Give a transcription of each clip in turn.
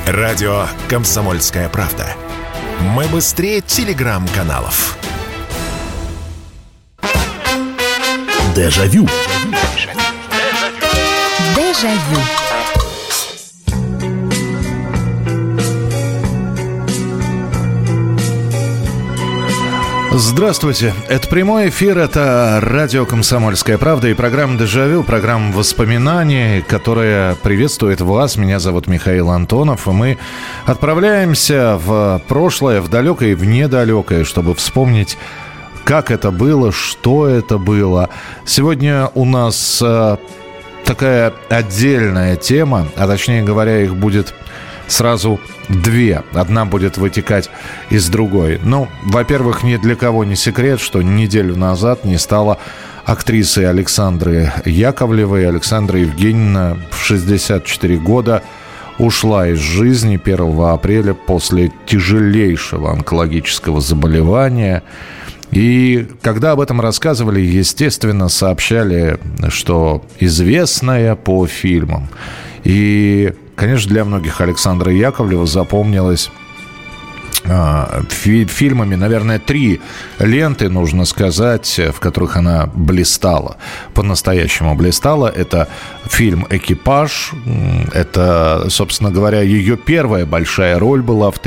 Радио «Комсомольская правда». Мы быстрее телеграм-каналов. Дежавю. Дежавю. Здравствуйте. Это прямой эфир, это радио «Комсомольская правда» и программа «Дежавю», программа воспоминаний, которая приветствует вас. Меня зовут Михаил Антонов, и мы отправляемся в прошлое, в далекое и в недалекое, чтобы вспомнить, как это было, что это было. Сегодня у нас такая отдельная тема, а точнее говоря, их будет сразу две. Одна будет вытекать из другой. Ну, во-первых, ни для кого не секрет, что неделю назад не стало актрисой Александры Яковлевой. Александра Евгеньевна в 64 года ушла из жизни 1 апреля после тяжелейшего онкологического заболевания. И когда об этом рассказывали, естественно, сообщали, что известная по фильмам. И, конечно, для многих Александра Яковлева запомнилась фильмами, наверное, 3 ленты, нужно сказать, в которых она блистала, по-настоящему блистала. Это фильм «Экипаж». Это, собственно говоря, ее первая большая роль была в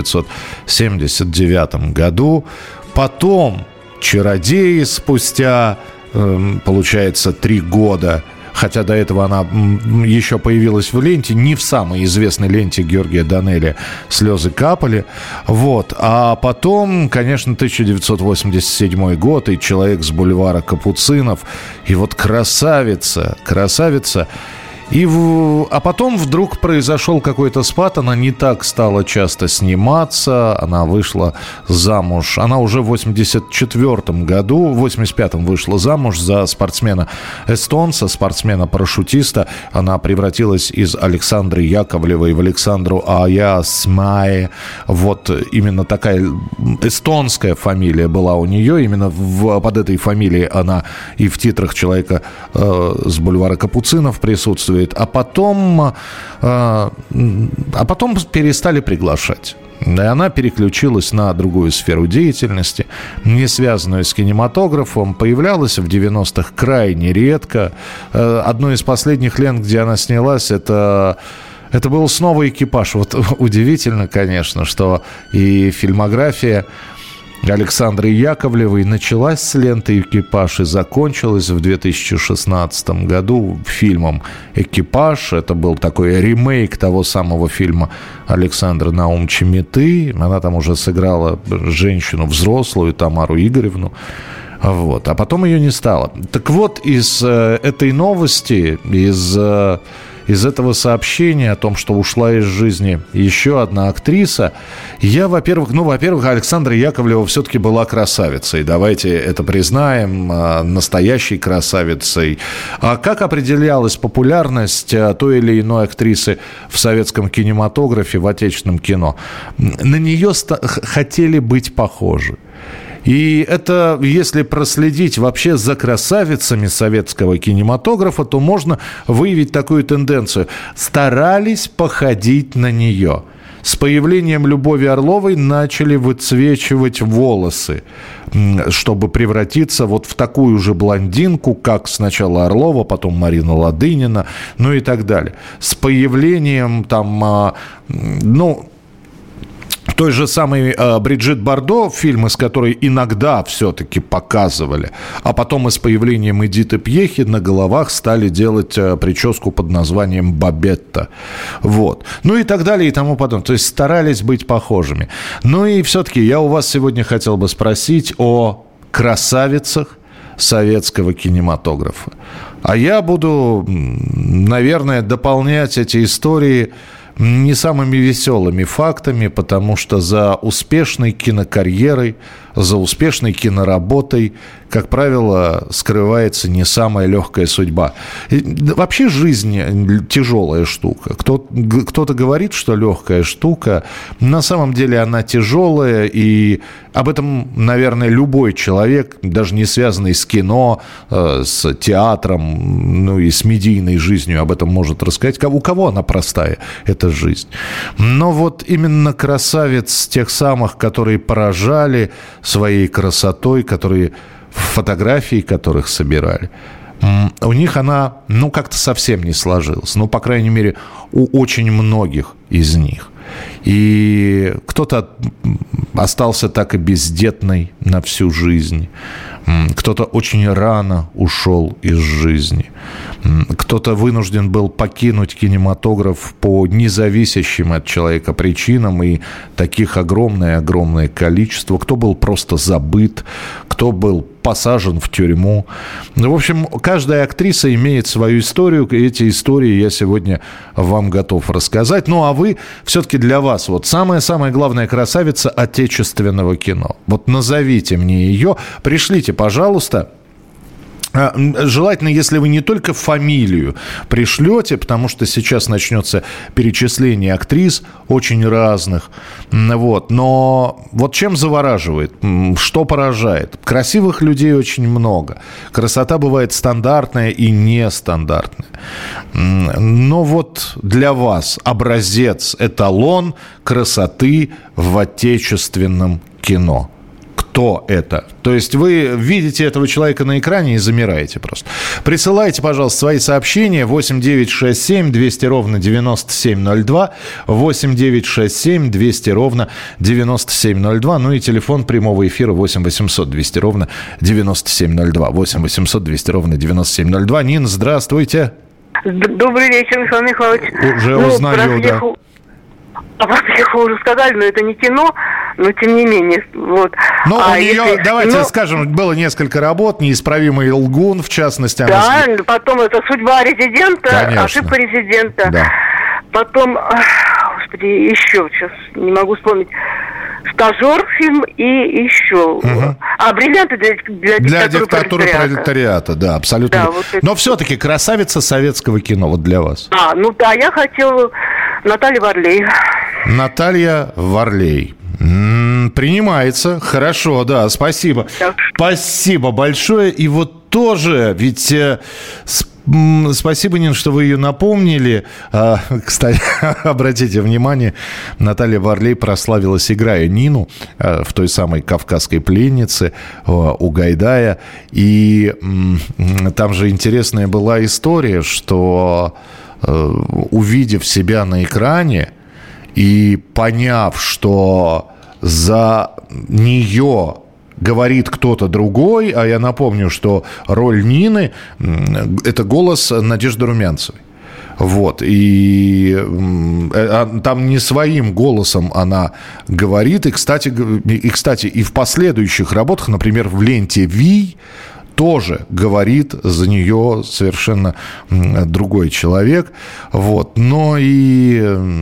1979 году. Потом «Чародеи» спустя, получается, 3 года. Хотя до этого она еще появилась в ленте, не в самой известной ленте Георгия Данелия «Слезы капали». Вот. А потом, конечно, 1987 год и «Человек с бульвара Капуцинов». И вот красавица. А потом вдруг произошел какой-то спад, она не так стала часто сниматься, она вышла замуж, она уже в 84-м году, в 85-м вышла замуж за спортсмена-эстонца, спортсмена-парашютиста. Она превратилась из Александры Яковлевой в Александру Аясмае. Вот именно такая эстонская фамилия была у нее, именно под этой фамилией она и в титрах «Человека с бульвара Капуцинов» присутствует. А потом перестали приглашать. И она переключилась на другую сферу деятельности, не связанную с кинематографом. Появлялась в 90-х крайне редко. Одной из последних лент, где она снялась, это был снова «Экипаж». Вот удивительно, конечно, что и фильмография Александры Яковлевой началась с ленты «Экипаж» и закончилась в 2016 году фильмом «Экипаж». Это был такой ремейк того самого фильма Александры Наумовича Меты. Она там уже сыграла женщину взрослую, Тамару Игоревну. Вот. А потом ее не стало. Так вот, из этой новости, из этого сообщения о том, что ушла из жизни еще одна актриса, во-первых, Александра Яковлева все-таки была красавицей. Давайте это признаем, настоящей красавицей. А как определялась популярность той или иной актрисы в советском кинематографе, в отечественном кино? На нее хотели быть похожи. И это, если проследить вообще за красавицами советского кинематографа, то можно выявить такую тенденцию. Старались походить на нее. С появлением Любови Орловой начали выцвечивать волосы, чтобы превратиться вот в такую же блондинку, как сначала Орлова, потом Марина Ладынина, ну и так далее. С появлением той же самой Бриджит Бардо, фильмы, с которой иногда все-таки показывали, а потом и с появлением Эдиты Пьехи на головах стали делать прическу под названием «Бабетта». Вот. Ну и так далее и тому подобное. То есть старались быть похожими. Ну и все-таки я у вас сегодня хотел бы спросить о красавицах советского кинематографа. А я буду, наверное, дополнять эти истории не самыми веселыми фактами, потому что за успешной кинокарьерой за успешной киноработой, как правило, скрывается не самая легкая судьба. Вообще жизнь тяжелая штука. Кто-то говорит, что легкая штука. На самом деле она тяжелая, и об этом, наверное, любой человек, даже не связанный с кино, с театром, ну и с медийной жизнью, об этом может рассказать. У кого она простая, эта жизнь. Но вот именно красавиц тех самых, которые поражали своей красотой, фотографии которых собирали, у них она, как-то совсем не сложилась. По крайней мере, у очень многих из них. И кто-то остался так и бездетный на всю жизнь. Кто-то очень рано ушел из жизни. Кто-то вынужден был покинуть кинематограф по независящим от человека причинам, и таких огромное количество. Кто был просто забыт, кто был посажен в тюрьму. В общем, каждая актриса имеет свою историю, и эти истории я сегодня вам готов рассказать. Ну, а вы, все-таки для вас, вот самая главная красавица отечественного кино. Вот назовите мне ее, пришлите, пожалуйста. Желательно, если вы не только фамилию пришлете, потому что сейчас начнется перечисление актрис очень разных. Вот. Но вот чем завораживает, что поражает? Красивых людей очень много. Красота бывает стандартная и нестандартная. Но вот для вас образец, эталон красоты в отечественном кино. Кто это? То есть вы видите этого человека на экране и замираете просто. Присылайте, пожалуйста, свои сообщения 8 967 200 ровно 9702, 8 967 200 ровно 9702, ну и телефон прямого эфира 8 800 200 ровно 9702, 8 800 200 ровно 9702. Нина, здравствуйте. Добрый вечер, Михаил Михайлович. Уже узнаю, да. Про Психу уже сказали, но это не кино, но тем не менее. Вот. Ну, у нее, давайте скажем, было несколько работ, «Неисправимый лгун», в частности. Да, потом это «Судьба резидента», конечно. «Ошибка резидента». Да. Потом, господи, еще, сейчас не могу вспомнить, «Стажер» фильм и еще. Угу. «Бриллианты для диктатуры пролетариата», да, абсолютно. Да, вот но все-таки красавица советского кино, вот для вас. Я хотела Наталья Варлей. Наталья Варлей. Принимается. Хорошо, да, спасибо. Да. Спасибо большое. И вот тоже, ведь... Спасибо, Нин, что вы ее напомнили. Кстати, обратите внимание, Наталья Варлей прославилась, играя Нину в той самой «Кавказской пленнице» у Гайдая. И там же интересная была история, что, увидев себя на экране и поняв, что за нее говорит кто-то другой, а я напомню, что роль Нины – это голос Надежды Румянцевой. Вот, и там не своим голосом она говорит, и, кстати, и в последующих работах, например, в ленте «Вий», тоже говорит за нее совершенно другой человек. Вот. Но и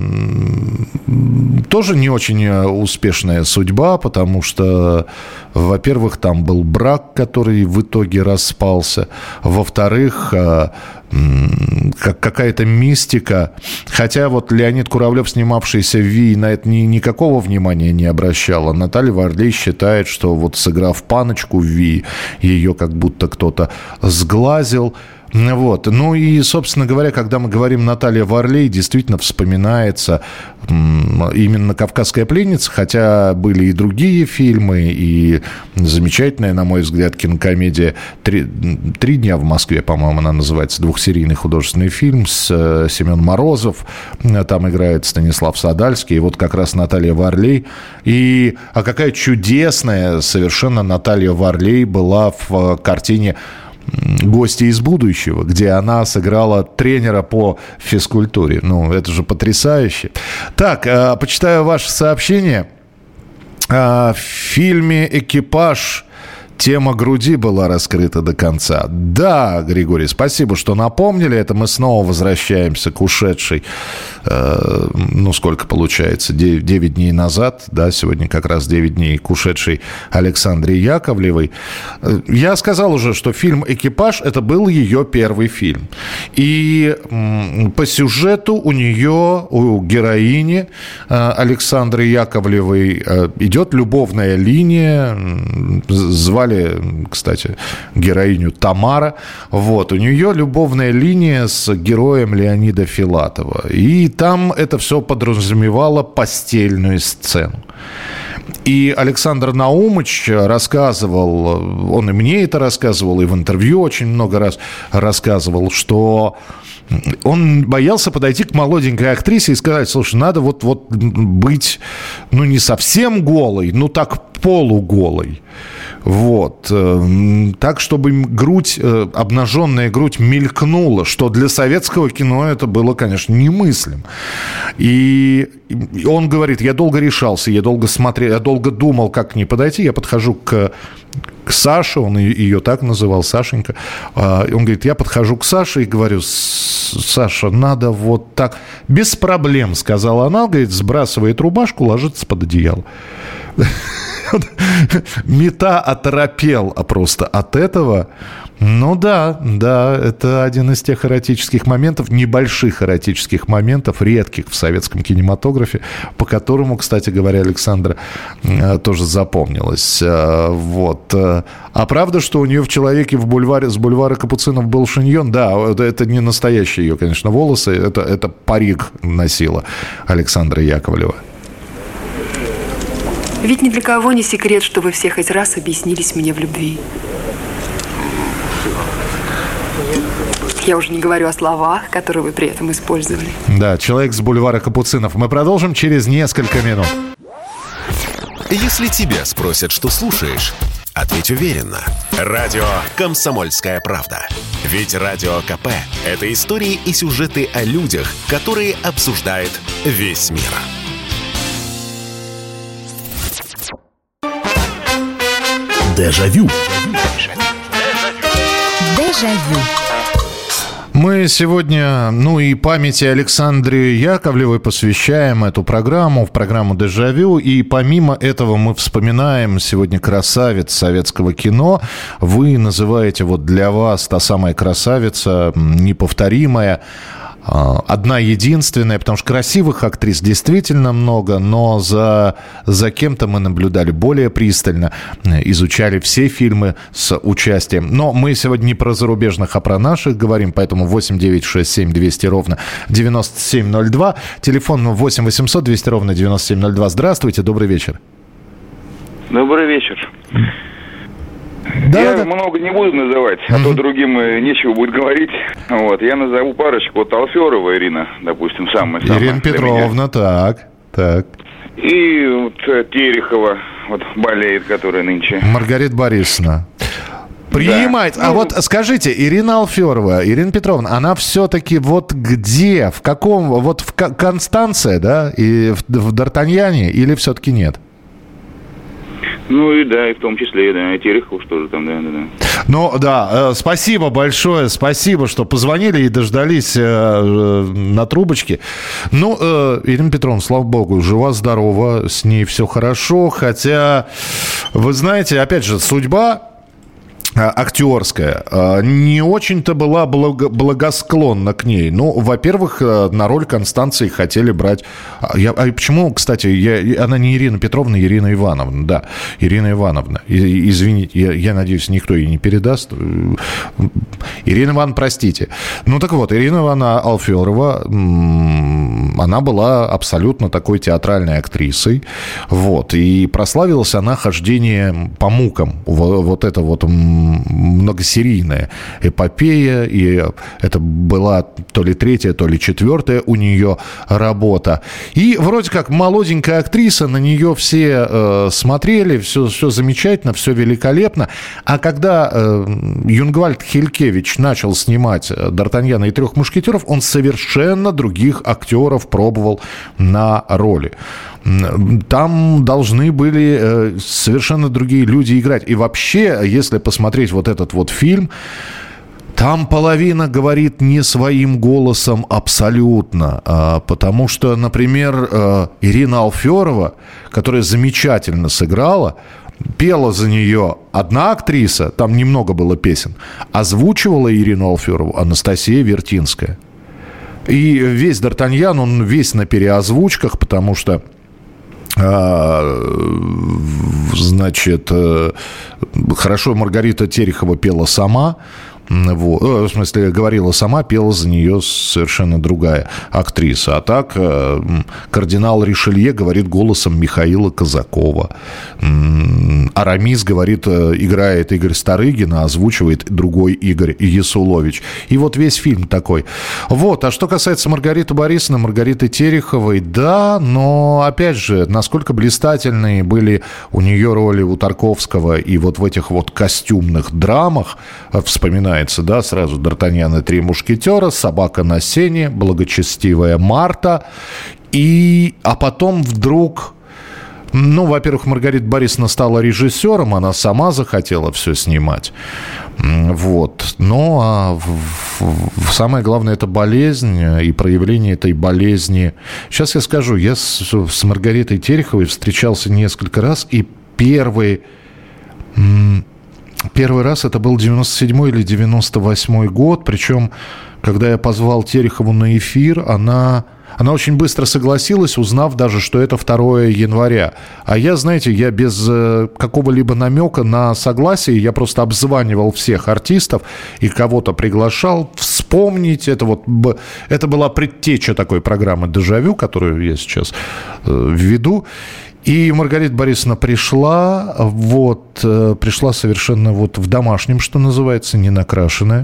тоже не очень успешная судьба, потому что, во-первых, там был брак, который в итоге распался. Во-вторых, какая-то мистика. Хотя вот Леонид Куравлев, снимавшийся в «Вий», на это никакого внимания не обращал. Наталья Варлей считает, что вот сыграв паночку в «Вий», ее как будто кто-то сглазил. Вот. Ну и, собственно говоря, когда мы говорим Наталья Варлей, действительно вспоминается именно «Кавказская пленница», хотя были и другие фильмы, и замечательная, на мой взгляд, кинокомедия «Три дня в Москве», по-моему, она называется, двухсерийный художественный фильм с Семен Морозов, там играет Станислав Садальский, и вот как раз Наталья Варлей. А какая чудесная совершенно Наталья Варлей была в картине «Гости из будущего», где она сыграла тренера по физкультуре. Ну, это же потрясающе. Так, почитаю ваше сообщение. В фильме «Экипаж» Тема груди была раскрыта до конца. Да, Григорий, спасибо, что напомнили. Это мы снова возвращаемся к ушедшей, сколько получается, 9 дней назад, да, сегодня как раз 9 дней, к ушедшей Александре Яковлевой. Я сказал уже, что фильм «Экипаж» — это был ее первый фильм. И по сюжету у нее, у героини Александры Яковлевой идет любовная линия. Звали, кстати, героиню Тамара. Вот. У нее любовная линия с героем Леонида Филатова. И там это все подразумевало постельную сцену. И Александр Наумыч рассказывал, он и мне это рассказывал, и в интервью очень много раз рассказывал, что он боялся подойти к молоденькой актрисе и сказать: слушай, надо вот быть, не совсем голой, так полуголой. Вот. Так, чтобы грудь, обнаженная грудь мелькнула, что для советского кино это было, конечно, немыслимо. И он говорит: я долго решался, я долго смотрел, я долго думал, как к ней подойти. Я подхожу к Саше, он ее так называл, Сашенька. Он говорит: я подхожу к Саше и говорю: Саша, надо вот так. Без проблем, сказала она, говорит, сбрасывает рубашку, ложится под одеяло. Мета оторопел просто от этого. Да, это один из тех эротических моментов, небольших эротических моментов, редких в советском кинематографе, по которому, кстати говоря, Александра тоже запомнилась. Вот. А правда, что у нее в «Человеке» с бульвара Капуцинов был шиньон? Да, это не настоящие ее, конечно, волосы, это парик носила Александра Яковлева. Ведь ни для кого не секрет, что вы все хоть раз объяснились мне в любви. Я уже не говорю о словах, которые вы при этом использовали. Да, «Человек с бульвара Капуцинов». Мы продолжим через несколько минут. Если тебя спросят, что слушаешь, ответь уверенно. Радио «Комсомольская правда». Ведь Радио КП – это истории и сюжеты о людях, которые обсуждает весь мир. Дежавю. Мы сегодня, и памяти Александры Яковлевой посвящаем эту программу «Дежавю». И помимо этого мы вспоминаем сегодня красавиц советского кино. Вы называете для вас та самая красавица, неповторимая, одна единственная, потому что красивых актрис действительно много, но за кем-то мы наблюдали более пристально, изучали все фильмы с участием. Но мы сегодня не про зарубежных, а про наших говорим, поэтому 8 9 6 7 200 ровно 9702, телефон 8 800 200 ровно 9702. Здравствуйте, добрый вечер. Добрый вечер. Я много не буду называть, а то другим нечего будет говорить. Вот, я назову парочку. Алферова Ирина, допустим, самая. Ирина Петровна, так. И Терехова, болеет, которая нынче. Маргарита Борисовна. Принимает. Да. А скажите, Ирина Алферова, Ирина Петровна, она все-таки где? В каком? В Констанце, да? И в Д'Артаньяне или все-таки нет? И в том числе, да, и Терехов, что же там, да. Спасибо большое, спасибо, что позвонили и дождались на трубочке. Ирина Петровна, слава богу, жива-здорова, с ней все хорошо, хотя, вы знаете, опять же, судьба актерская не очень-то была благосклонна к ней. Во-первых, на роль Констанции хотели брать... Почему, кстати, она не Ирина Петровна, Ирина Ивановна. Да, Ирина Ивановна. Извините, я надеюсь, никто ей не передаст. Ирина Ивановна, простите. Так вот, Ирина Ивановна Алферова, она была абсолютно такой театральной актрисой. И прославилась она хождением по мукам. Это многосерийная эпопея, и это была то ли третья, то ли четвертая у нее работа. И вроде как молоденькая актриса, на нее все смотрели, все замечательно, все великолепно. А когда Юнгвальд Хелькевич начал снимать «Д'Артаньяна и трех мушкетеров», он совершенно других актеров актеров пробовал на роли. Там должны были совершенно другие люди играть. И вообще, если посмотреть вот этот вот фильм, там половина говорит не своим голосом абсолютно, потому что, например, Ирина Алферова, которая замечательно сыграла, пела за нее одна актриса, там немного было песен, озвучивала Ирину Алферову Анастасия Вертинская. И весь Д'Артаньян, он весь на переозвучках, потому что значит, хорошо Маргарита Терехова пела сама, вот. В смысле, говорила сама, пела за нее совершенно другая актриса. А так кардинал Ришелье говорит голосом Михаила Казакова. Арамис говорит, играет Игорь Старыгин, а озвучивает другой Игорь Ясулович. И вот весь фильм такой. Вот. А что касается Маргариты Борисовны, Маргариты Тереховой, да, но, опять же, насколько блистательные были у нее роли у Тарковского и вот в этих вот костюмных драмах, вспоминается, да, сразу Д'Артаньян и 3 мушкетера, Собака на сене, Благочестивая Марта. А потом вдруг, ну, во-первых, Маргарита Борисовна стала режиссером, она сама захотела все снимать. Вот. Но самое главное, это болезнь и проявление этой болезни. Сейчас я скажу, я с Маргаритой Тереховой встречался несколько раз, и первый раз это был 97-й или 98-й год, причем, когда я позвал Терехову на эфир, она очень быстро согласилась, узнав даже, что это 2 января. А я, знаете, я без какого-либо намека на согласие, я просто обзванивал всех артистов и кого-то приглашал вспомнить. Это была предтеча такой программы «Дежавю», которую я сейчас веду. И Маргарита Борисовна пришла совершенно вот в домашнем, что называется, не накрашенная.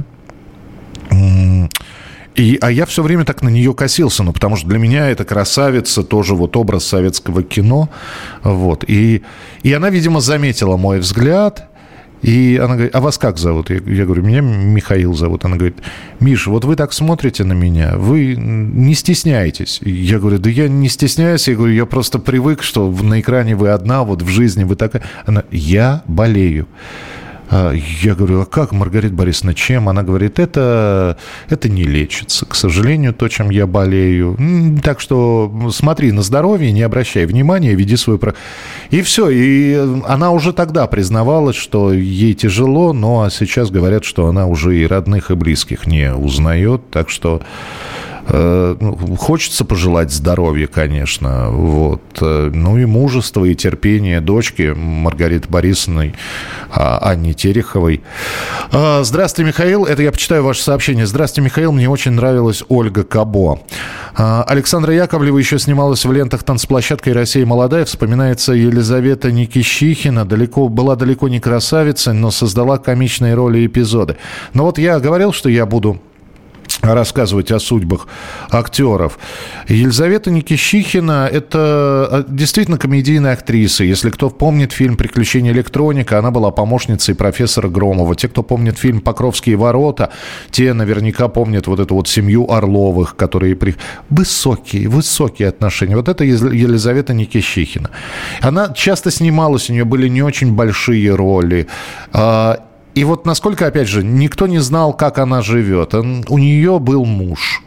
А я все время так на нее косился, потому что для меня это красавица, тоже вот образ советского кино. Вот. И она, видимо, заметила мой взгляд. И она говорит, а вас как зовут? Я говорю, меня Михаил зовут. Она говорит, Миша, вот вы так смотрите на меня, вы не стесняетесь. Я говорю, да я не стесняюсь. Я говорю, я просто привык, что на экране вы одна, вот в жизни вы такая. Она, я болею. Я говорю, а как, Маргарита Борисовна, чем? Она говорит, это не лечится. К сожалению, то, чем я болею. Так что смотри на здоровье, не обращай внимания, веди свою... И все. И она уже тогда признавалась, что ей тяжело, но сейчас говорят, что она уже и родных, и близких не узнает. Так что... Хочется пожелать здоровья, конечно. Вот. Ну и мужества, и терпения дочки Маргариты Борисовны, Анне Тереховой. Здравствуйте, Михаил. Это я почитаю ваше сообщение. Здравствуйте, Михаил. Мне очень нравилась Ольга Кабо. Александра Яковлева еще снималась в лентах «Танцплощадка» и «Россия молодая». Вспоминается Елизавета Никищихина. Была далеко не красавицей, но создала комичные роли и эпизоды. Но вот я говорил, что я буду рассказывать о судьбах актеров. Елизавета Никищихина – это действительно комедийная актриса. Если кто помнит фильм «Приключения электроника», она была помощницей профессора Громова. Те, кто помнит фильм «Покровские ворота», те наверняка помнят вот эту вот семью Орловых, которые... Высокие отношения. Вот это Елизавета Никищихина. Она часто снималась, у нее были не очень большие роли. И вот насколько, опять же, никто не знал, как она живет. У нее был муж.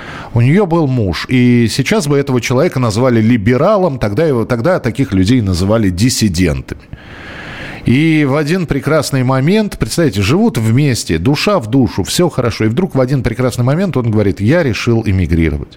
И сейчас бы этого человека назвали либералом, тогда таких людей называли диссидентами. И в один прекрасный момент, представьте, живут вместе, душа в душу, все хорошо. И вдруг в один прекрасный момент он говорит, я решил эмигрировать.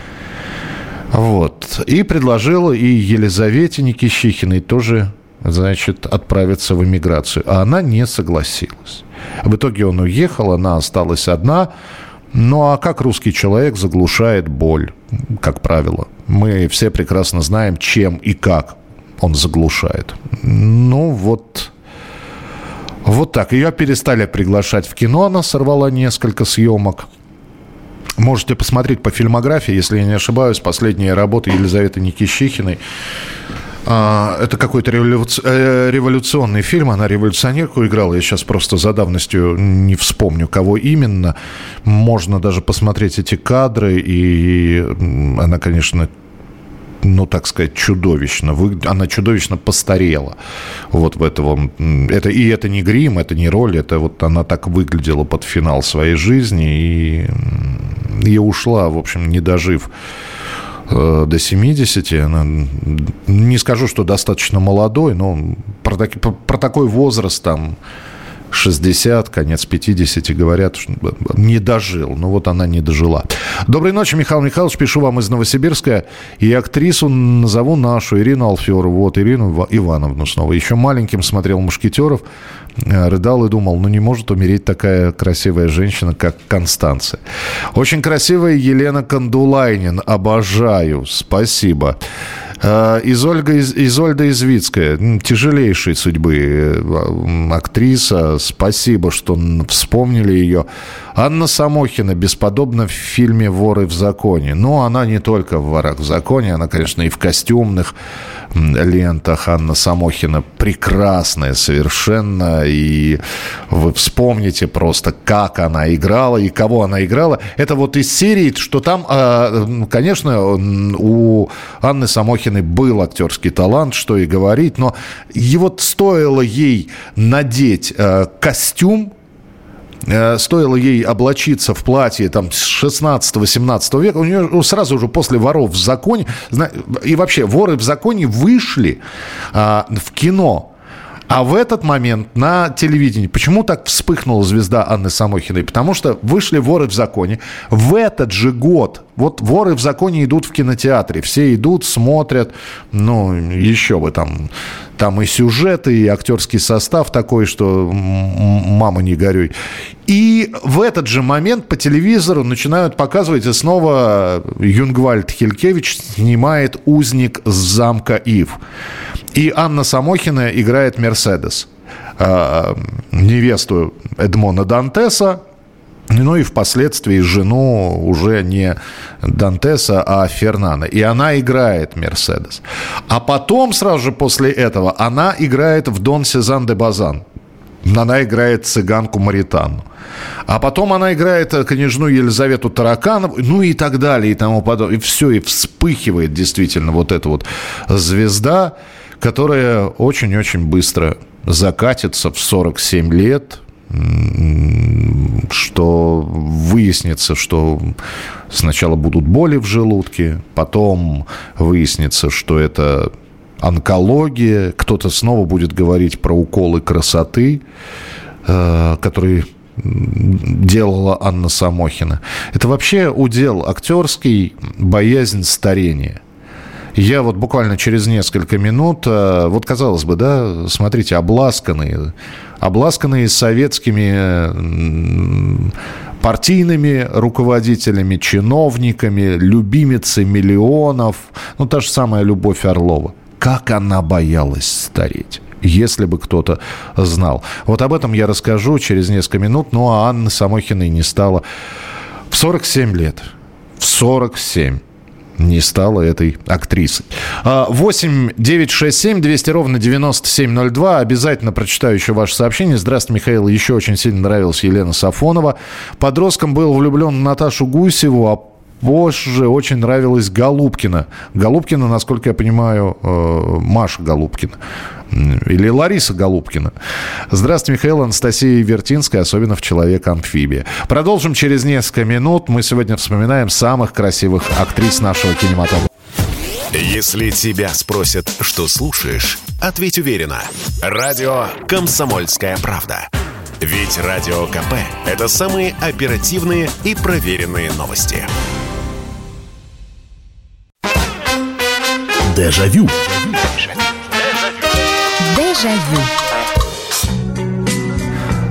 Вот. И предложил и Елизавете Никищихиной тоже... значит, отправиться в эмиграцию. А она не согласилась. В итоге он уехал, она осталась одна. Ну, а как русский человек заглушает боль, как правило? Мы все прекрасно знаем, чем и как он заглушает. Ну, вот так. Ее перестали приглашать в кино, она сорвала несколько съемок. Можете посмотреть по фильмографии, если я не ошибаюсь, последняя работа Елизаветы Никищихиной. Это какой-то революционный фильм. Она революционерку играла. Я сейчас просто за давностью не вспомню, кого именно. Можно даже посмотреть эти кадры. И она, конечно, ну, так сказать, чудовищно. Она чудовищно постарела. Вот в этом. Это не грим, это не роль. Это вот она так выглядела под финал своей жизни. И ушла, в общем, не дожив до 70. Она, не скажу, что достаточно молодой, но про такой возраст, там, 60, конец 50, говорят, что не дожил. Ну, вот она не дожила. Доброй ночи, Михаил Михайлович. Пишу вам из Новосибирска. И актрису назову нашу, Ирину Алферову. Вот, Ирину Ивановну снова. Еще маленьким смотрел «Мушкетеров», рыдал и думал, ну, не может умереть такая красивая женщина, как Констанция. Очень красивая Елена Кандулайнин. Обожаю. Спасибо. Изольда Извицкая, тяжелейшей судьбы актриса. Спасибо, что вспомнили ее. Анна Самохина бесподобна в фильме «Воры в законе». Но она не только в «Ворах в законе», она, конечно, и в костюмных лентах. Анна Самохина прекрасная совершенно. И вы вспомните просто, как она играла и кого она играла. Это вот из серии, что там, конечно, у Анны Самохиной был актерский талант, что и говорить, но вот стоило ей надеть костюм, стоило ей облачиться в платье там, с 16-18 века, у нее сразу же после «Воров в законе», и вообще «Воры в законе» вышли в кино. А в этот момент на телевидении, почему так вспыхнула звезда Анны Самохиной? Потому что вышли «Воры в законе». В этот же год, вот «Воры в законе» идут в кинотеатре. Все идут, смотрят, ну, еще бы там и сюжеты, и актерский состав такой, что мама не горюй. И в этот же момент по телевизору начинают показывать, и снова Юнгвальд Хилькевич снимает «Узник с замка Ив». И Анна Самохина играет Мерседес, невесту Эдмона Дантеса, ну и впоследствии жену уже не Дантеса, а Фернана. И она играет Мерседес. А потом, сразу же после этого, она играет в «Дон Сезанн де Базан». Она играет цыганку Маритану. А потом она играет княжну Елизавету Тараканову, ну и так далее, и тому подобное. И все, и вспыхивает действительно вот эта вот звезда, которая очень-очень быстро закатится в 47 лет, что выяснится, что сначала будут боли в желудке, потом выяснится, что это онкология, кто-то снова будет говорить про уколы красоты, которые делала Анна Самохина. Это вообще удел актерский, боязнь старения. Я вот буквально через несколько минут, вот казалось бы, да, смотрите, обласканные советскими партийными руководителями, чиновниками, любимицы миллионов, ну, та же самая Любовь Орлова. Как она боялась стареть, если бы кто-то знал. Вот об этом я расскажу через несколько минут. Ну, а Анны Самохиной не стало в 47 лет. В 47 не стала этой актрисой. 8 967 200 ровно 9702. Обязательно прочитаю еще ваше сообщение. Здравствуйте, Михаил. Еще очень сильно нравилась Елена Сафонова. Подростком был влюблен в Наташу Гусеву, а позже очень нравилась Голубкина. Голубкина, насколько я понимаю, Маша Голубкина. Или Лариса Голубкина. Здравствуйте, Михаил. Анастасия Вертинская, особенно в «Человек-амфибия». Продолжим через несколько минут. Мы сегодня вспоминаем самых красивых актрис нашего кинематографа. Если тебя спросят, что слушаешь, ответь уверенно. Радио «Комсомольская правда». Ведь Радио КП – это самые оперативные и проверенные новости. Дежавю.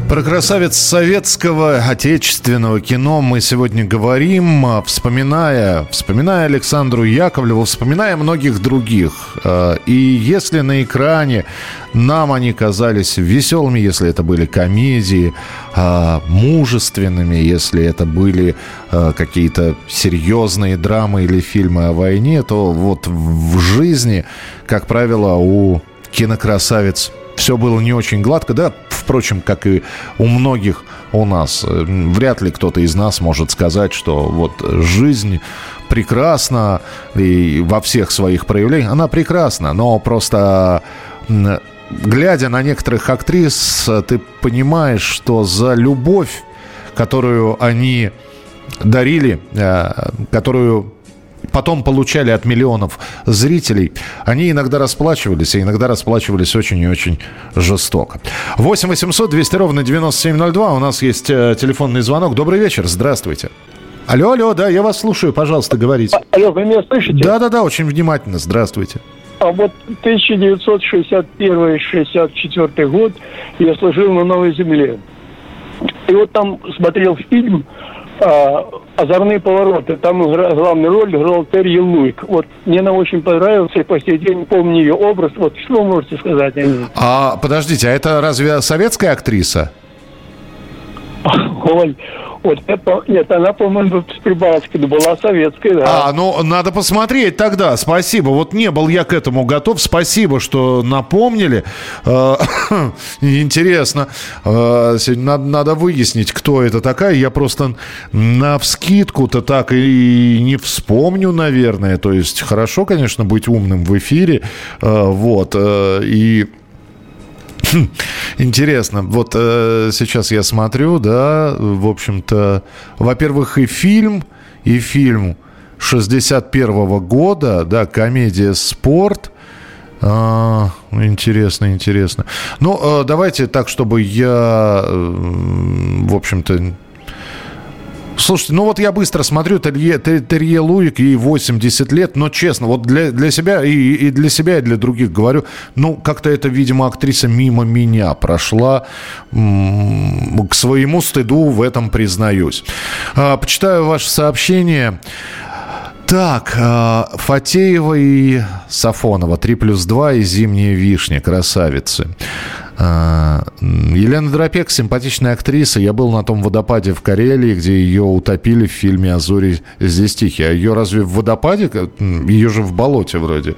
Про красавиц советского, отечественного кино мы сегодня говорим, вспоминая Александру Яковлеву, вспоминая многих других. И если на экране нам они казались веселыми, если это были комедии, мужественными, если это были какие-то серьезные драмы или фильмы о войне, то вот в жизни, как правило, у кинокрасавиц все было не очень гладко, да, впрочем, как и у многих у нас. Вряд ли кто-то из нас может сказать, что вот жизнь прекрасна и во всех своих проявлениях. Она прекрасна, но просто глядя на некоторых актрис, ты понимаешь, что за любовь, которую они дарили, которую потом получали от миллионов зрителей, они иногда расплачивались, и иногда расплачивались очень и очень жестоко. 8 800 200 ровно 9702. У нас есть телефонный звонок. Добрый вечер, здравствуйте. Алло, да, я вас слушаю, пожалуйста, говорите. Алло, вы меня слышите? Да, очень внимательно, здравствуйте. А вот 1961-64 год я служил на Новой Земле. И вот там смотрел фильм «Озорные повороты». Там главную роль играл Терри Луик. Вот мне она очень понравилась, и по сей день помню ее образ. Вот что вы можете сказать о ней? Подождите, а это разве советская актриса? Ой, вот это, нет, она, по-моему, с Прибалтики, но была советская, да. Ну, надо посмотреть тогда, спасибо. Вот не был я к этому готов, спасибо, что напомнили. Интересно. Надо выяснить, кто это такая. Я просто навскидку-то так и не вспомню, наверное. То есть, хорошо, конечно, быть умным в эфире. Вот, и... Интересно, вот сейчас я смотрю, да, в общем-то, во-первых, и фильм 61-го года, да, комедия «Спорт». Интересно. Ну, давайте так, чтобы я, в общем-то... Слушайте, ну вот я быстро смотрю, Терри Луик, ей 80 лет, но честно, вот для себя и для себя, и для других говорю, ну, как-то это, видимо, актриса мимо меня прошла, к своему стыду в этом признаюсь. Почитаю ваше сообщение. Так, Фатеева и Сафонова, 3+2 и «Зимняя вишня», красавицы. Елена Дропек, симпатичная актриса. Я был на том водопаде в Карелии, где ее утопили в фильме «А зори здесь тихие». А ее разве в водопаде? Ее же в болоте вроде.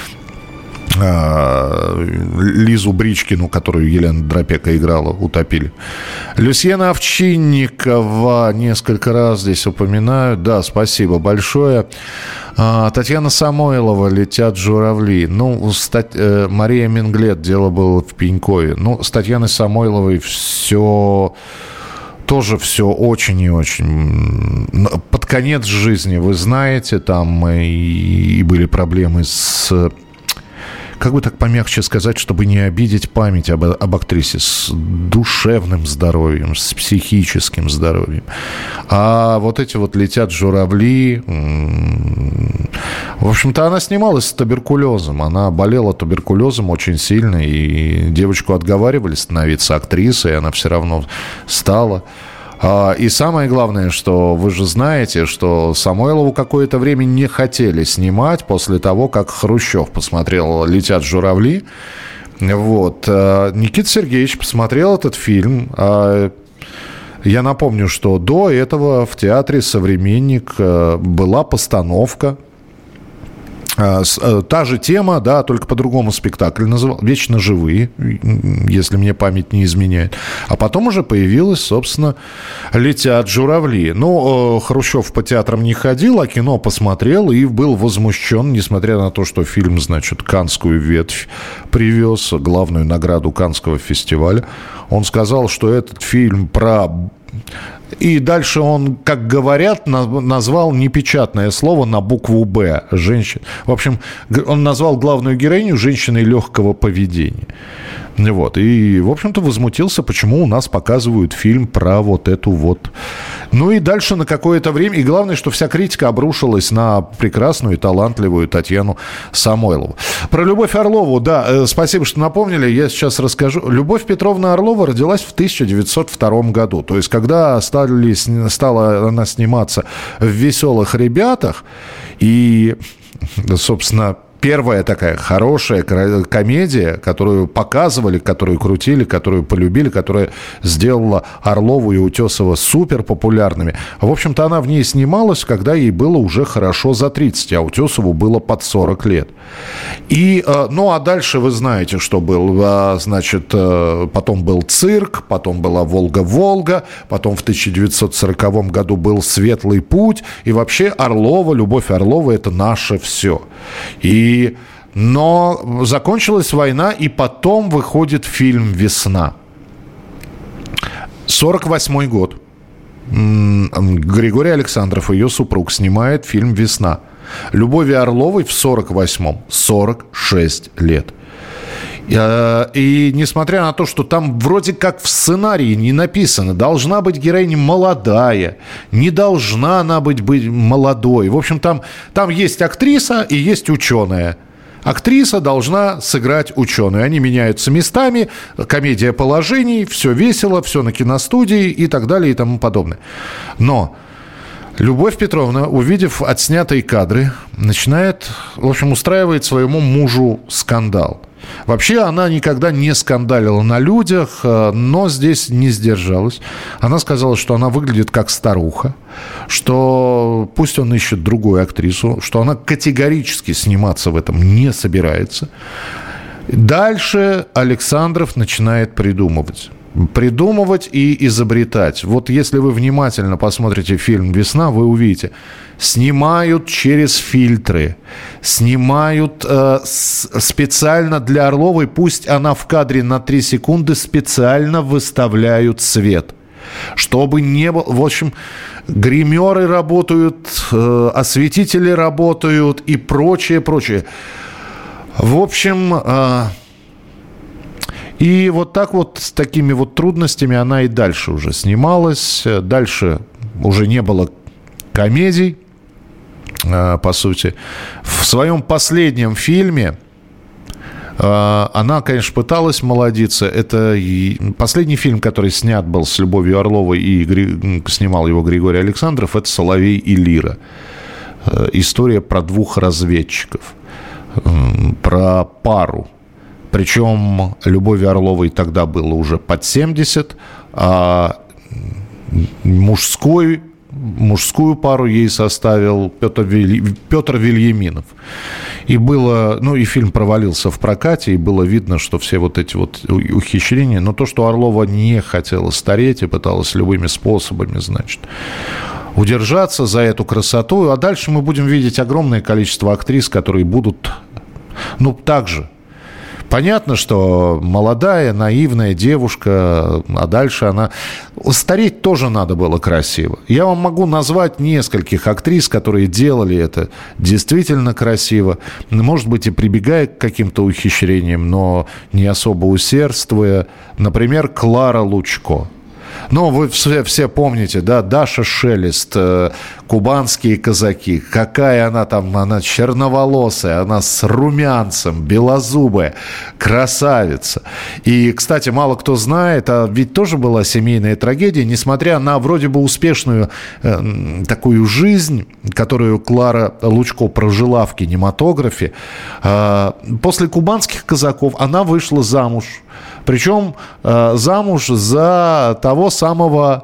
Лизу Бричкину, которую Елена Дропека играла, утопили. Люсьена Овчинникова несколько раз здесь упоминают. Да, спасибо большое. Татьяна Самойлова, «Летят журавли». Ну, Мария Менглет, «Дело было в Пенькове». Ну, с Татьяной Самойловой все очень и очень. Под конец жизни, вы знаете, там и были проблемы с... Как бы так помягче сказать, чтобы не обидеть память об актрисе, с душевным здоровьем, с психическим здоровьем. А вот эти вот «Летят журавли», в общем-то, она снималась с туберкулезом. Она болела туберкулезом очень сильно, и девочку отговаривали становиться актрисой, и она все равно стала. И самое главное, что вы же знаете, что Самойлову какое-то время не хотели снимать после того, как Хрущев посмотрел «Летят журавли». Вот. Никита Сергеевич посмотрел этот фильм. Я напомню, что до этого в театре «Современник» была постановка. Та же тема, да, только по-другому спектакль называл. «Вечно живые», если мне память не изменяет. А потом уже появилась, собственно, «Летят журавли». Ну, Хрущев по театрам не ходил, а кино посмотрел и был возмущен, несмотря на то, что фильм, значит, «Каннскую ветвь» привез, главную награду Каннского фестиваля. Он сказал, что этот фильм про... И дальше он, как говорят, назвал непечатное слово на букву «Б». Женщина. В общем, он назвал главную героиню женщиной легкого поведения. Вот. И, в общем-то, возмутился, почему у нас показывают фильм про вот эту вот. Ну и дальше на какое-то время, и главное, что вся критика обрушилась на прекрасную и талантливую Татьяну Самойлову. Про Любовь Орлову, да, спасибо, что напомнили, я сейчас расскажу. Любовь Петровна Орлова родилась в 1902 году. То есть, когда стала она сниматься в «Веселых ребятах», и, собственно, первая такая хорошая комедия, которую показывали, которую крутили, которую полюбили, которая сделала Орлову и Утесова супер популярными. В общем-то, она в ней снималась, когда ей было уже хорошо за 30, а Утесову было под 40 лет. И, ну, а дальше вы знаете, что был. Значит, потом был «Цирк», потом была «Волга-Волга», потом в 1940 году был «Светлый путь». И вообще Орлова, Любовь Орлова – это наше все. Но закончилась война, и потом выходит фильм «Весна». 48-й год. Григорий Александров, ее супруг, снимает фильм «Весна». Любови Орловой в 48-м 46 лет. И несмотря на то, что там вроде как в сценарии не написано, должна быть героиня молодая, не должна она быть молодой. В общем, там есть актриса и есть ученая. Актриса должна сыграть ученую. Они меняются местами, комедия положений, все весело, все на киностудии и так далее и тому подобное. Но Любовь Петровна, увидев отснятые кадры, начинает, в общем, устраивает своему мужу скандал. Вообще она никогда не скандалила на людях, но здесь не сдержалась. Она сказала, что она выглядит как старуха, что пусть он ищет другую актрису, что она категорически сниматься в этом не собирается. Дальше Александров начинает придумывать и изобретать. Вот если вы внимательно посмотрите фильм «Весна», вы увидите. Снимают через фильтры. Снимают специально для Орловой. Пусть она в кадре на 3 секунды, специально выставляют свет. Чтобы не было... В общем, гримеры работают, осветители работают и прочее. В общем... И вот так вот, с такими вот трудностями она и дальше уже снималась. Дальше уже не было комедий, по сути. В своем последнем фильме она, конечно, пыталась молодиться. Это последний фильм, который снят был с Любовью Орловой и снимал его Григорий Александров, это «Соловей и Лира». История про 2 разведчиков, про пару. Причем Любови Орловой тогда было уже под 70, а мужскую пару ей составил Петр Вильяминов. И было, и фильм провалился в прокате, и было видно, что все вот эти вот ухищрения, но то, что Орлова не хотела стареть и пыталась любыми способами, значит, удержаться за эту красоту, а дальше мы будем видеть огромное количество актрис, которые будут, так же. Понятно, что молодая, наивная девушка, а дальше она... Стареть тоже надо было красиво. Я вам могу назвать нескольких актрис, которые делали это действительно красиво. Может быть, и прибегая к каким-то ухищрениям, но не особо усердствуя. Например, Клара Лучко. Вы все помните, да, Даша Шелест, «Кубанские казаки». Какая она там, она черноволосая, она с румянцем, белозубая, красавица. И, кстати, мало кто знает, а ведь тоже была семейная трагедия, несмотря на вроде бы успешную такую жизнь, которую Клара Лучко прожила в кинематографе. После «Кубанских казаков» она вышла замуж. Причем замуж за того самого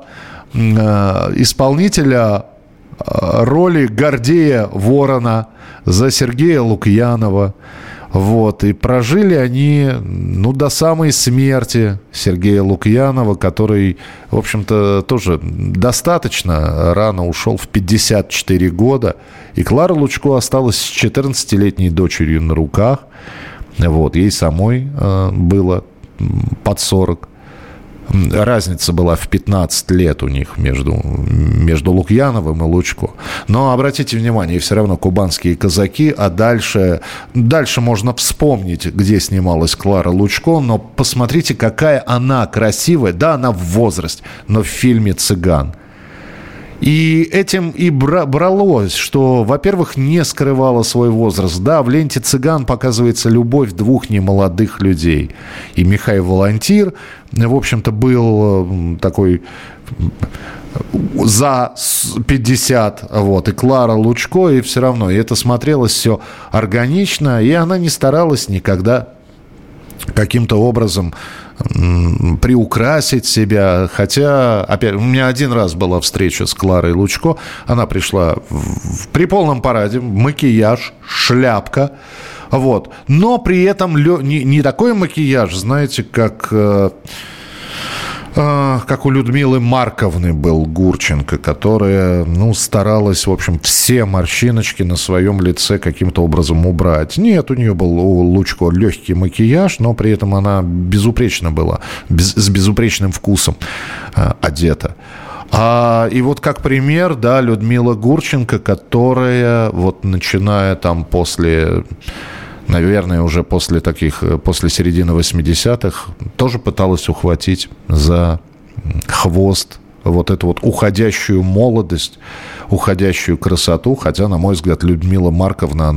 исполнителя роли Гордея Ворона, за Сергея Лукьянова. Вот. И прожили они, до самой смерти Сергея Лукьянова, который, в общем-то, тоже достаточно рано ушел, в 54 года. И Клара Лучко осталась с 14-летней дочерью на руках. Вот. Ей самой было под 40. разница была в 15 лет у них между Лукьяновым и Лучко. Но обратите внимание, все равно кубанские казаки, а дальше можно вспомнить, где снималась Клара Лучко, но посмотрите, какая она красивая. Да, она в возрасте, но в фильме «Цыган». И этим и бралось, что, во-первых, не скрывала свой возраст. Да, в ленте «Цыган» показывается любовь двух немолодых людей. И Михаил Волонтир, в общем-то, был такой за 50, вот, и Клара Лучко, и все равно. И это смотрелось все органично, и она не старалась никогда каким-то образом приукрасить себя. Хотя, опять, у меня один раз была встреча с Кларой Лучко. Она пришла при полном параде, макияж, шляпка. Вот. Но при этом не такой макияж, знаете, как у Людмилы Марковны был Гурченко, которая, старалась, в общем, все морщиночки на своем лице каким-то образом убрать. Нет, у нее был у Лучко легкий макияж, но при этом она безупречно была, с безупречным вкусом одета. И вот как пример, да, Людмила Гурченко, которая вот начиная там после... Наверное, уже после середины 80-х тоже пыталась ухватить за хвост вот эту вот уходящую молодость, уходящую красоту. Хотя, на мой взгляд, Людмила Марковна,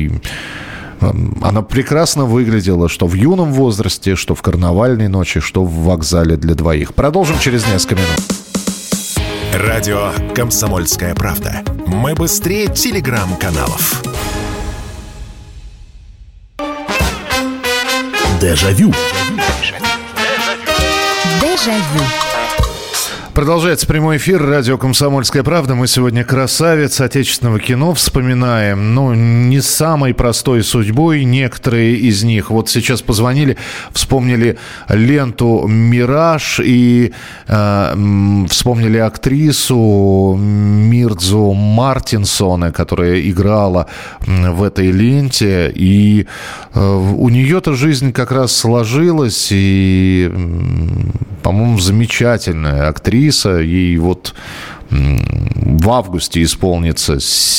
она прекрасно выглядела, что в юном возрасте, что в карнавальной ночи, что в «Вокзале для двоих». Продолжим через несколько минут. Радио «Комсомольская правда». Мы быстрее телеграм-каналов. Дежавю. Дежавю. Продолжается прямой эфир. Радио «Комсомольская правда». Мы сегодня красавиц отечественного кино вспоминаем. Не с самой простой судьбой. Некоторые из них. Вот сейчас позвонили, вспомнили ленту «Мираж» и вспомнили актрису Мирдзу Мартинсона, которая играла в этой ленте. И у нее-то жизнь как раз сложилась. И, по-моему, замечательная актриса. Ей вот в августе исполнится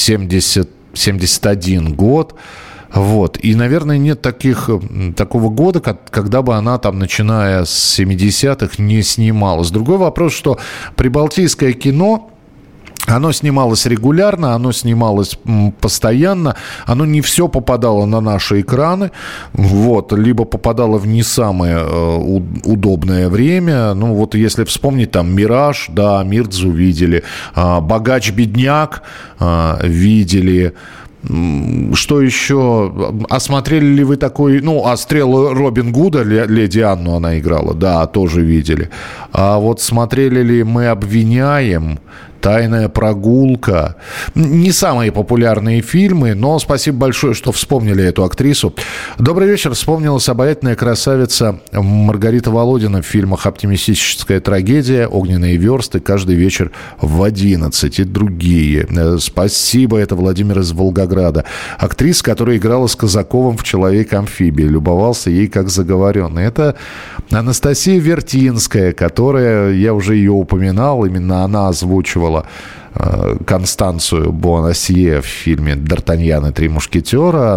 71 год. Вот. И, наверное, нет такого года, когда бы она там, начиная с 70-х, не снималась. Другой вопрос, что прибалтийское кино... Оно снималось регулярно, оно снималось постоянно, оно не все попадало на наши экраны, вот, либо попадало в не самое удобное время. Вот если вспомнить, там, «Мираж», да, Мирдзу видели, «Богач-бедняк» видели. Что еще? А смотрели ли вы такой... «Стрелы Робин Гуда», Леди Анну она играла, да, тоже видели. А вот смотрели ли «Мы обвиняем», «Тайная прогулка». Не самые популярные фильмы, но спасибо большое, что вспомнили эту актрису. Добрый вечер. Вспомнилась обаятельная красавица Маргарита Володина в фильмах «Оптимистическая трагедия», «Огненные версты», «Каждый вечер в 11» и другие. Спасибо, это Владимир из Волгограда. Актриса, которая играла с Казаковым в «Человек-амфибии». Любовался ей как заговоренный. Это Анастасия Вертинская, которая, я уже ее упоминал, именно она озвучивала Констанцию Буанасье в фильме «Д'Артаньян и три мушкетера».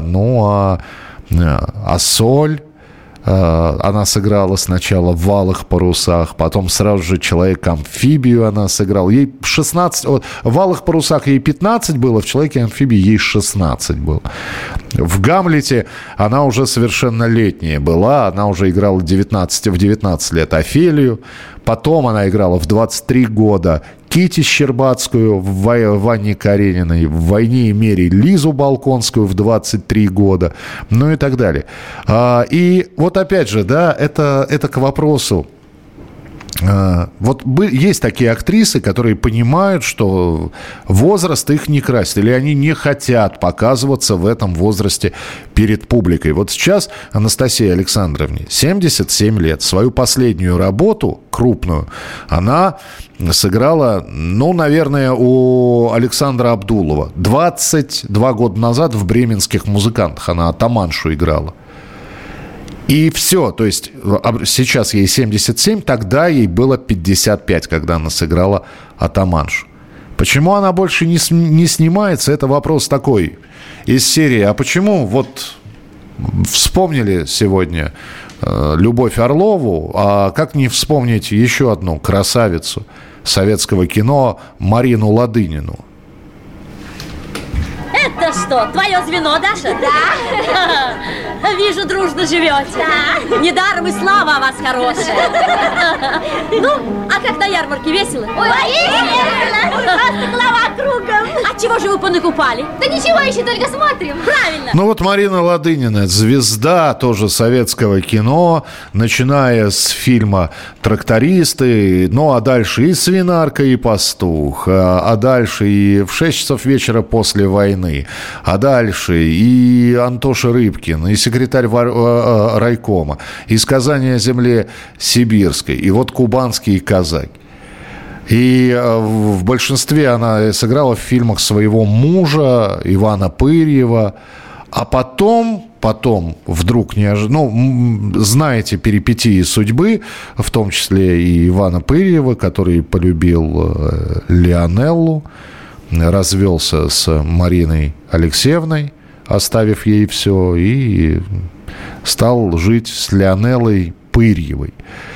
А Соль она сыграла сначала в «Алых парусах», потом сразу же «Человек-амфибию» она сыграла. Ей 16... В «Алых парусах» ей 15 было, в «Человеке-амфибии» ей 16 было. В «Гамлете» она уже совершеннолетняя была. Она уже играла в 19 лет Офелию. Потом она играла в 23 года Кити Щербацкую в «Ванне Карениной», в «Войне и мире» Лизу Балконскую в 23 года, и так далее. И вот опять же, да, это к вопросу. Вот есть такие актрисы, которые понимают, что возраст их не красит, или они не хотят показываться в этом возрасте перед публикой. Вот сейчас Анастасии Александровне 77 лет. Свою последнюю работу, крупную, она сыграла, наверное, у Александра Абдулова. 22 года назад в «Бременских музыкантах» она атаманшу играла. И все, то есть сейчас ей 77, тогда ей было 55, когда она сыграла атаманшу. Почему она больше не снимается, это вопрос такой из серии. А почему вот вспомнили сегодня Любовь Орлову, а как не вспомнить еще одну красавицу советского кино Марину Ладынину? Это что, твое звено, Даша? Да. Вижу, дружно живете. Да. Недаром и слава о вас хорошая. Ну, а как на ярмарке весело? Ой, весело! Просто голова кругом. А чего же вы понакупали? Да ничего, еще только смотрим. Правильно. Ну вот Марина Ладынина, звезда тоже советского кино, начиная с фильма «Трактористы», ну а дальше и «Свинарка», и «Пастух», а дальше и «В 6 часов вечера после войны», а дальше и Антоша Рыбкин, и секретарь райкома, и «Сказание о земле сибирской», и вот «Кубанские казаки». И в большинстве она сыграла в фильмах своего мужа Ивана Пырьева. А потом вдруг неожиданно, знаете перипетии судьбы, в том числе и Ивана Пырьева, который полюбил Лионеллу, развелся с Мариной Алексеевной, оставив ей все, и стал жить с Лионеллой Пырьевой.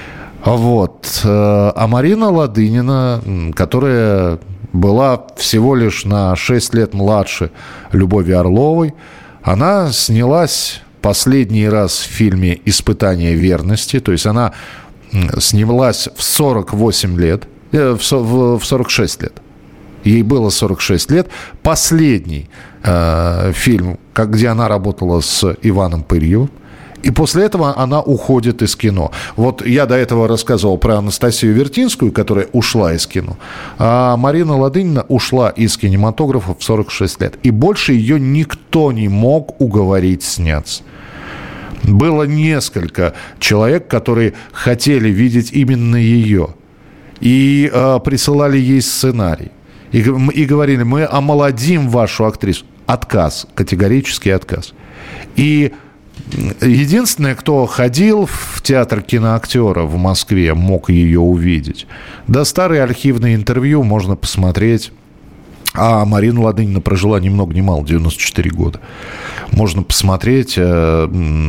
Вот. А Марина Ладынина, которая была всего лишь на 6 лет младше Любови Орловой, она снялась последний раз в фильме «Испытание верности». То есть она снялась в 48 лет, в 46 лет. Ей было 46 лет. Последний фильм, где она работала с Иваном Пырьевым. И после этого она уходит из кино. Вот я до этого рассказывал про Анастасию Вертинскую, которая ушла из кино. А Марина Ладынина ушла из кинематографа в 46 лет. И больше ее никто не мог уговорить сняться. Было несколько человек, которые хотели видеть именно ее. И присылали ей сценарий. И говорили, мы омолодим вашу актрису. Отказ, категорический отказ. И единственное, кто ходил в театр киноактера в Москве, мог ее увидеть. Да, старые архивные интервью можно посмотреть. А Марина Ладынина прожила ни много ни мало, 94 года. Можно посмотреть ее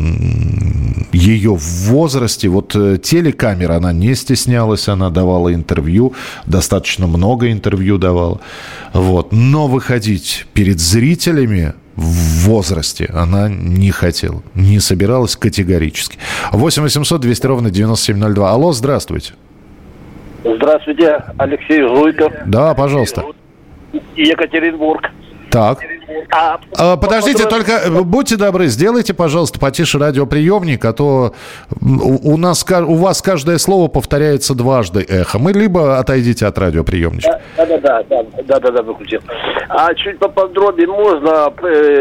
в возрасте. Вот телекамера, она не стеснялась, она давала интервью, достаточно много интервью давала. Вот. Но выходить перед зрителями в возрасте она не хотела, не собиралась категорически. 8 800 200 ровно 9702. Алло, здравствуйте. Здравствуйте, Алексей Жуйков. Да, пожалуйста. Екатеринбург. Так. Подождите, только будьте добры, сделайте, пожалуйста, потише радиоприемник, а то у вас каждое слово повторяется дважды эхом. И либо отойдите от радиоприемничка. Да, выключил. А чуть поподробнее можно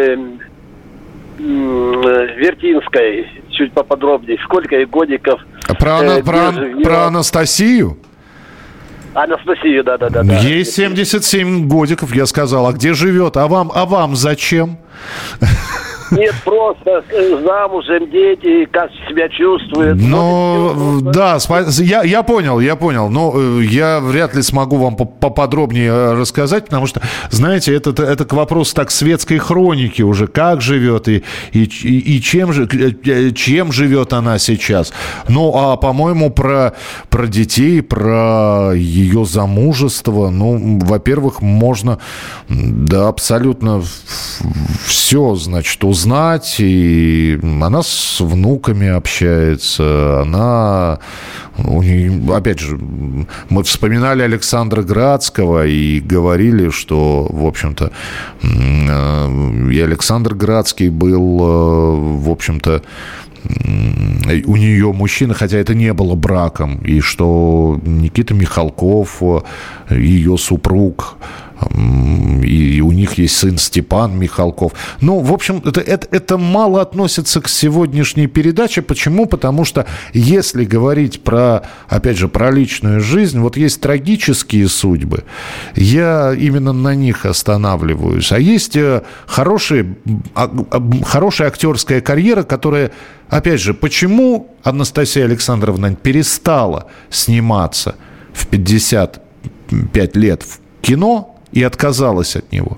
Вертинской, чуть поподробнее, сколько ей годиков? Про Анастасию? Анастасию, да. Ей 77 годиков, я сказал. А где живет? А вам зачем? Нет, просто замужем, дети, как себя чувствуют. Ну, да, я понял. Но я вряд ли смогу вам поподробнее рассказать, потому что, знаете, это к вопросу так светской хроники уже. Как живет и чем живет она сейчас. Ну, а, по-моему, про детей, про ее замужество, ну, во-первых, можно, да, абсолютно все, значит, узнать. И она с внуками общается, опять же, мы вспоминали Александра Градского и говорили, что, в общем-то, и Александр Градский был, в общем-то, у нее мужчина, хотя это не было браком, и что Никита Михалков, ее супруг, И у них есть сын Степан Михалков. Ну, в общем, это мало относится к сегодняшней передаче. Почему? Потому что если говорить про, опять же, про личную жизнь, вот есть трагические судьбы, я именно на них останавливаюсь. А есть хорошая актерская карьера, которая, опять же, почему Анастасия Александровна перестала сниматься в 55 лет в кино и отказалась от него?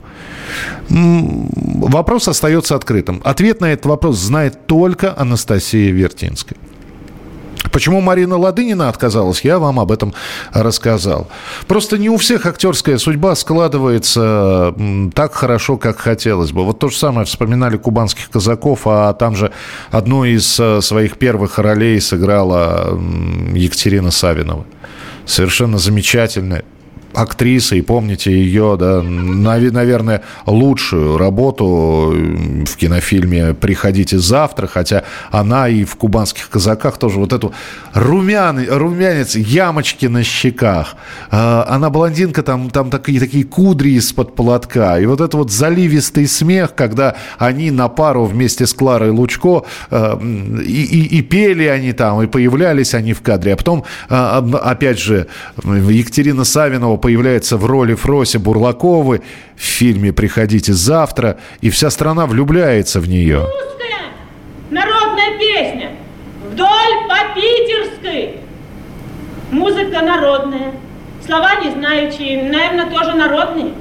Вопрос остается открытым. Ответ на этот вопрос знает только Анастасия Вертинская. Почему Марина Ладынина отказалась, я вам об этом рассказал. Просто не у всех актерская судьба складывается так хорошо, как хотелось бы. Вот то же самое вспоминали «Кубанских казаков», а там же одну из своих первых ролей сыграла Екатерина Савинова. Совершенно замечательная актриса, и помните ее, да, наверное, лучшую работу в кинофильме «Приходите завтра», хотя она и в «Кубанских казаках» тоже вот эту румянец, ямочки на щеках. Она блондинка, там такие кудри из-под платка, и вот это вот заливистый смех, когда они на пару вместе с Кларой Лучко и пели они там, и появлялись они в кадре, а потом, опять же, Екатерина Савинова появляется в роли Фроси Бурлаковой в фильме «Приходите завтра», и вся страна влюбляется в нее. Русская народная песня «Вдоль по Питерской». Музыка народная, слова не знающие, наверное, тоже народные.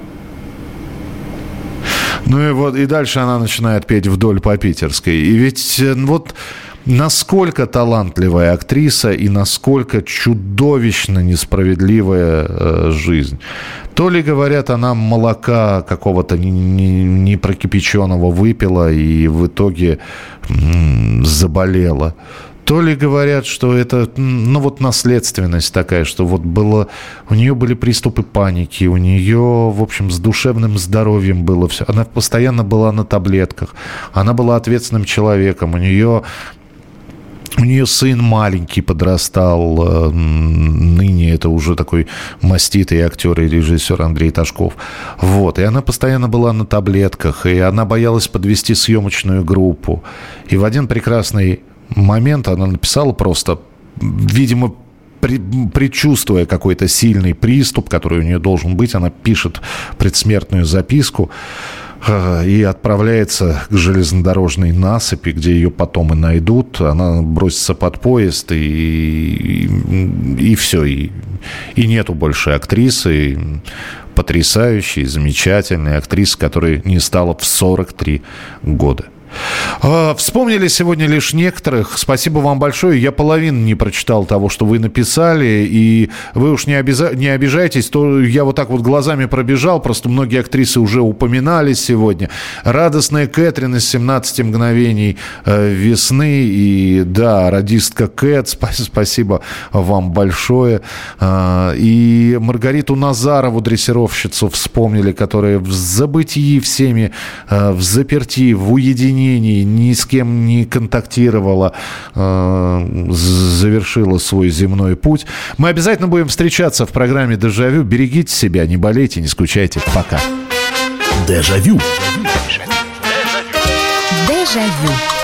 Ну и вот, и дальше она начинает петь «Вдоль по Питерской». И ведь вот насколько талантливая актриса и насколько чудовищно несправедливая жизнь. То ли, говорят, она молока какого-то не прокипяченного выпила и в итоге заболела. То ли говорят, что это, вот наследственность такая, что вот было, у нее были приступы паники, у нее, в общем, с душевным здоровьем было все. Она постоянно была на таблетках, она была ответственным человеком, у нее сын маленький подрастал, ныне это уже такой маститый актер и режиссер Андрей Ташков. Вот, и она постоянно была на таблетках, и она боялась подвести съемочную группу. И в один прекрасный момент она написала просто, видимо, предчувствуя какой-то сильный приступ, который у нее должен быть, она пишет предсмертную записку и отправляется к железнодорожной насыпи, где ее потом и найдут. Она бросится под поезд, и все. И нету больше актрисы, потрясающей, замечательной актрисы, которой не стало в 43 года. Вспомнили сегодня лишь некоторых. Спасибо вам большое. Я половину не прочитал того, что вы написали. И вы уж не обижайтесь, то я вот так вот глазами пробежал. Просто многие актрисы уже упоминались сегодня. Радостная Кэтрин из «17 мгновений весны». И да, радистка Кэт, спасибо вам большое. И Маргариту Назарову, дрессировщицу, вспомнили, которая в забытии всеми, в заперти, в уединении, ни с кем не контактировала, завершила свой земной путь. Мы обязательно будем встречаться в программе «Дежавю». Берегите себя, не болейте, не скучайте. Пока. Дежавю. Дежавю.